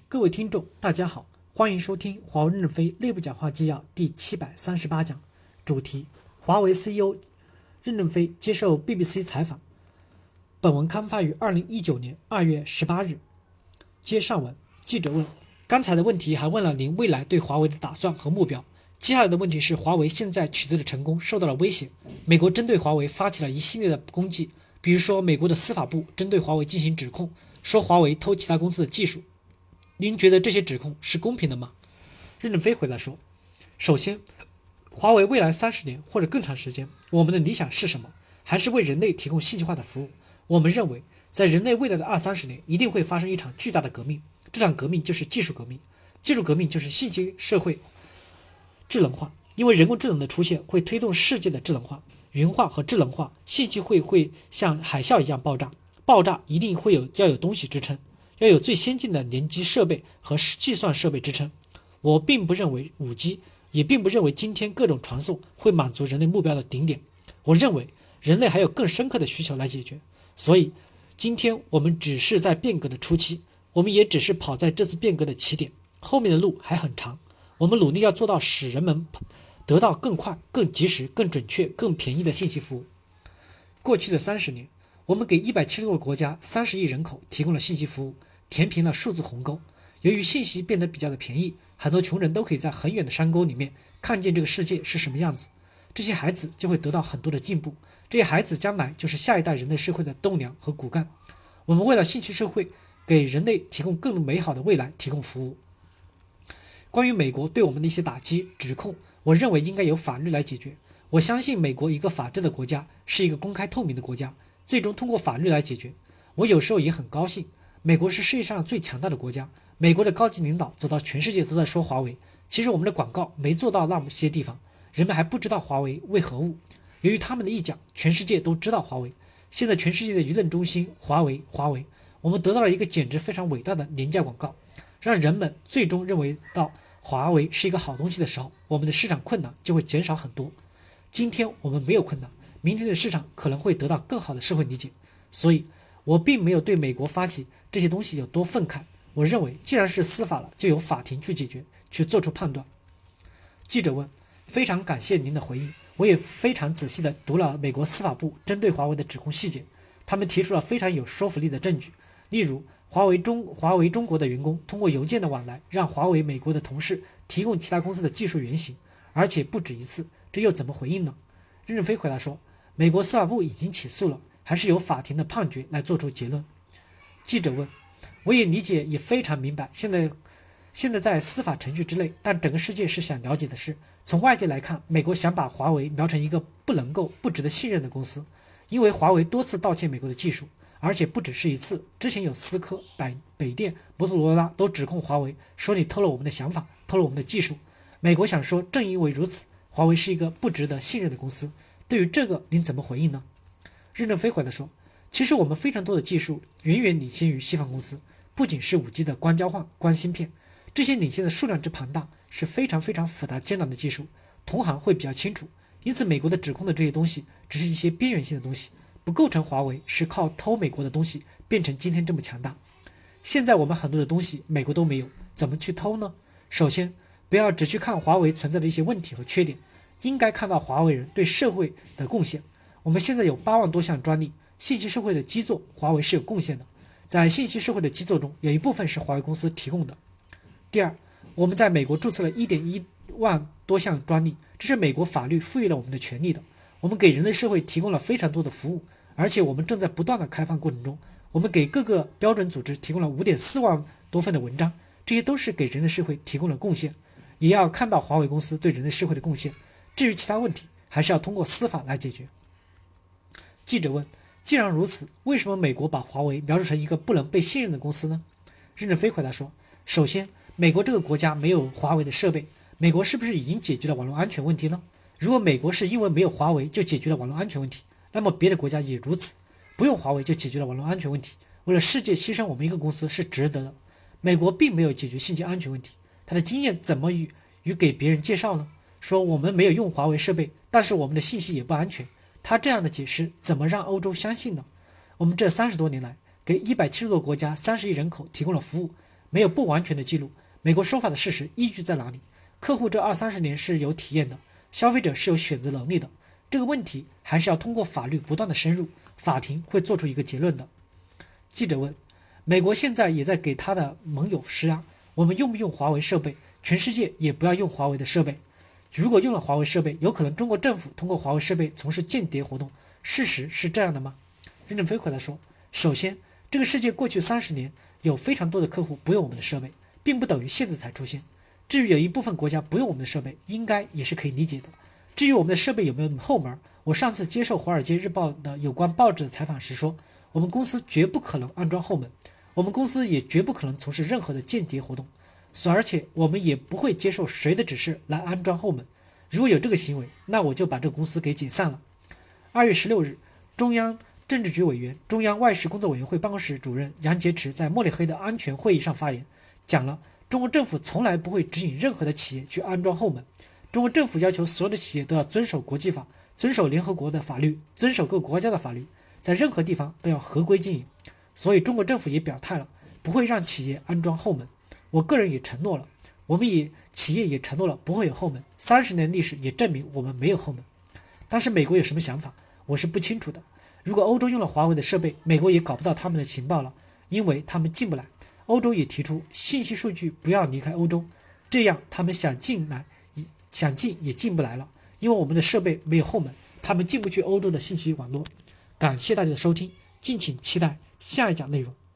各位听众，大家好，欢迎收听华为任正非内部讲话纪要第738讲，主题：华为 CEO 任正非接受 BBC 采访。本文刊发于2019年2月18日。接上文，记者问：刚才的问题还问了您未来对华为的打算和目标，接下来的问题是华为现在取得的成功受到了威胁，美国针对华为发起了一系列的攻击，比如说美国的司法部针对华为进行指控，说华为偷其他公司的技术。您觉得这些指控是公平的吗？任正非回答说：首先，华为未来30年或者更长时间，我们的理想是什么？还是为人类提供信息化的服务。我们认为，在人类未来的20-30年，一定会发生一场巨大的革命。这场革命就是技术革命，技术革命就是信息社会智能化。因为人工智能的出现会推动世界的智能化、云化和智能化，信息会像海啸一样爆炸，爆炸一定要有东西支撑。要有最先进的联机设备和计算设备支撑。我并不认为 5G， 也并不认为今天各种传送会满足人类目标的顶点。我认为人类还有更深刻的需求来解决。所以，今天我们只是在变革的初期，我们也只是跑在这次变革的起点，后面的路还很长。我们努力要做到使人们得到更快、更及时、更准确、更便宜的信息服务。过去的30年，我们给170多个国家30亿人口提供了信息服务，填平了数字鸿沟。由于信息变得比较的便宜，很多穷人都可以在很远的山沟里面看见这个世界是什么样子。这些孩子就会得到很多的进步，这些孩子将来就是下一代人类社会的栋梁和骨干。我们为了信息社会给人类提供更美好的未来提供服务。关于美国对我们的一些打击指控，我认为应该由法律来解决。我相信美国一个法治的国家是一个公开透明的国家，最终通过法律来解决。我有时候也很高兴，美国是世界上最强大的国家，美国的高级领导走到全世界都在说华为。其实我们的广告没做到那么些地方，人们还不知道华为为何物。由于他们的一讲，全世界都知道华为。现在全世界的舆论中心华为，我们得到了一个简直非常伟大的廉价广告，让人们最终认为到华为是一个好东西的时候，我们的市场困难就会减少很多。今天我们没有困难，明天的市场可能会得到更好的社会理解。所以我并没有对美国发起这些东西有多愤慨。我认为既然是司法了，就由法庭去解决，去做出判断。记者问：非常感谢您的回应，我也非常仔细地读了美国司法部针对华为的指控细节，他们提出了非常有说服力的证据。例如华为中国的员工通过邮件的往来，让华为美国的同事提供其他公司的技术原型，而且不止一次，这又怎么回应呢？任正非回答说：美国司法部已经起诉了，还是由法庭的判决来做出结论。记者问：我也理解，也非常明白，现在在司法程序之内，但整个世界是想了解的是，从外界来看，美国想把华为描成一个不值得信任的公司，因为华为多次盗窃美国的技术，而且不只是一次，之前有思科、北电、摩托罗拉都指控华为，说你偷了我们的想法，偷了我们的技术。美国想说，正因为如此，华为是一个不值得信任的公司。对于这个，您怎么回应呢？任正非回答说：其实我们非常多的技术远远领先于西方公司，不仅是5G 的光交换、光芯片，这些领先的数量之庞大，是非常非常复杂艰难的技术，同行会比较清楚。因此美国的指控的这些东西只是一些边缘性的东西，不构成华为是靠偷美国的东西变成今天这么强大。现在我们很多的东西美国都没有，怎么去偷呢？首先不要只去看华为存在的一些问题和缺点，应该看到华为人对社会的贡献。我们现在有8万多项专利，信息社会的基座华为是有贡献的，在信息社会的基座中有一部分是华为公司提供的。第二，我们在美国注册了1.1万多项专利，这是美国法律赋予了我们的权利的。我们给人类社会提供了非常多的服务，而且我们正在不断的开放过程中，我们给各个标准组织提供了5.4万多份的文章，这些都是给人类社会提供了贡献。也要看到华为公司对人类社会的贡献，至于其他问题还是要通过司法来解决。记者问：既然如此，为什么美国把华为描述成一个不能被信任的公司呢？任正非回答说：首先，美国这个国家没有华为的设备，美国是不是已经解决了网络安全问题呢？如果美国是因为没有华为就解决了网络安全问题，那么别的国家也如此，不用华为就解决了网络安全问题，为了世界牺牲我们一个公司是值得的。美国并没有解决信息安全问题，他的经验怎么与给别人介绍呢？说我们没有用华为设备，但是我们的信息也不安全，他这样的解释怎么让欧洲相信呢？我们这30多年来给170多个国家30亿人口提供了服务， 没有不完全的记录。美国说法的事实依据在哪里？客户这20-30年是有体验的，消费者是有选择能力的。这个问题还是要通过法律不断的深入，法庭会做出一个结论的。记者问：美国现在也在给他的盟友施压，我们用不用华为设备？全世界也不要用华为的设备。如果用了华为设备，有可能中国政府通过华为设备从事间谍活动，事实是这样的吗？任正非回答说：首先，这个世界过去30年有非常多的客户不用我们的设备，并不等于现在才出现。至于有一部分国家不用我们的设备，应该也是可以理解的。至于我们的设备有没有后门，我上次接受《华尔街日报》的有关报纸的采访时说，我们公司绝不可能安装后门，我们公司也绝不可能从事任何的间谍活动，而且我们也不会接受谁的指示来安装后门。如果有这个行为，那我就把这个公司给解散了。2月16日，中央政治局委员、中央外事工作委员会办公室主任杨洁篪在慕尼黑的安全会议上发言，讲了中国政府从来不会指引任何的企业去安装后门。中国政府要求所有的企业都要遵守国际法，遵守联合国的法律，遵守各国家的法律，在任何地方都要合规经营。所以中国政府也表态了，不会让企业安装后门。我个人也承诺了，企业也承诺了不会有后门。30年历史也证明我们没有后门。但是美国有什么想法，我是不清楚的。如果欧洲用了华为的设备，美国也搞不到他们的情报了，因为他们进不来。欧洲也提出信息数据不要离开欧洲，这样他们想进也进不来了，因为我们的设备没有后门，他们进不去欧洲的信息网络。感谢大家的收听，敬请期待下一讲内容。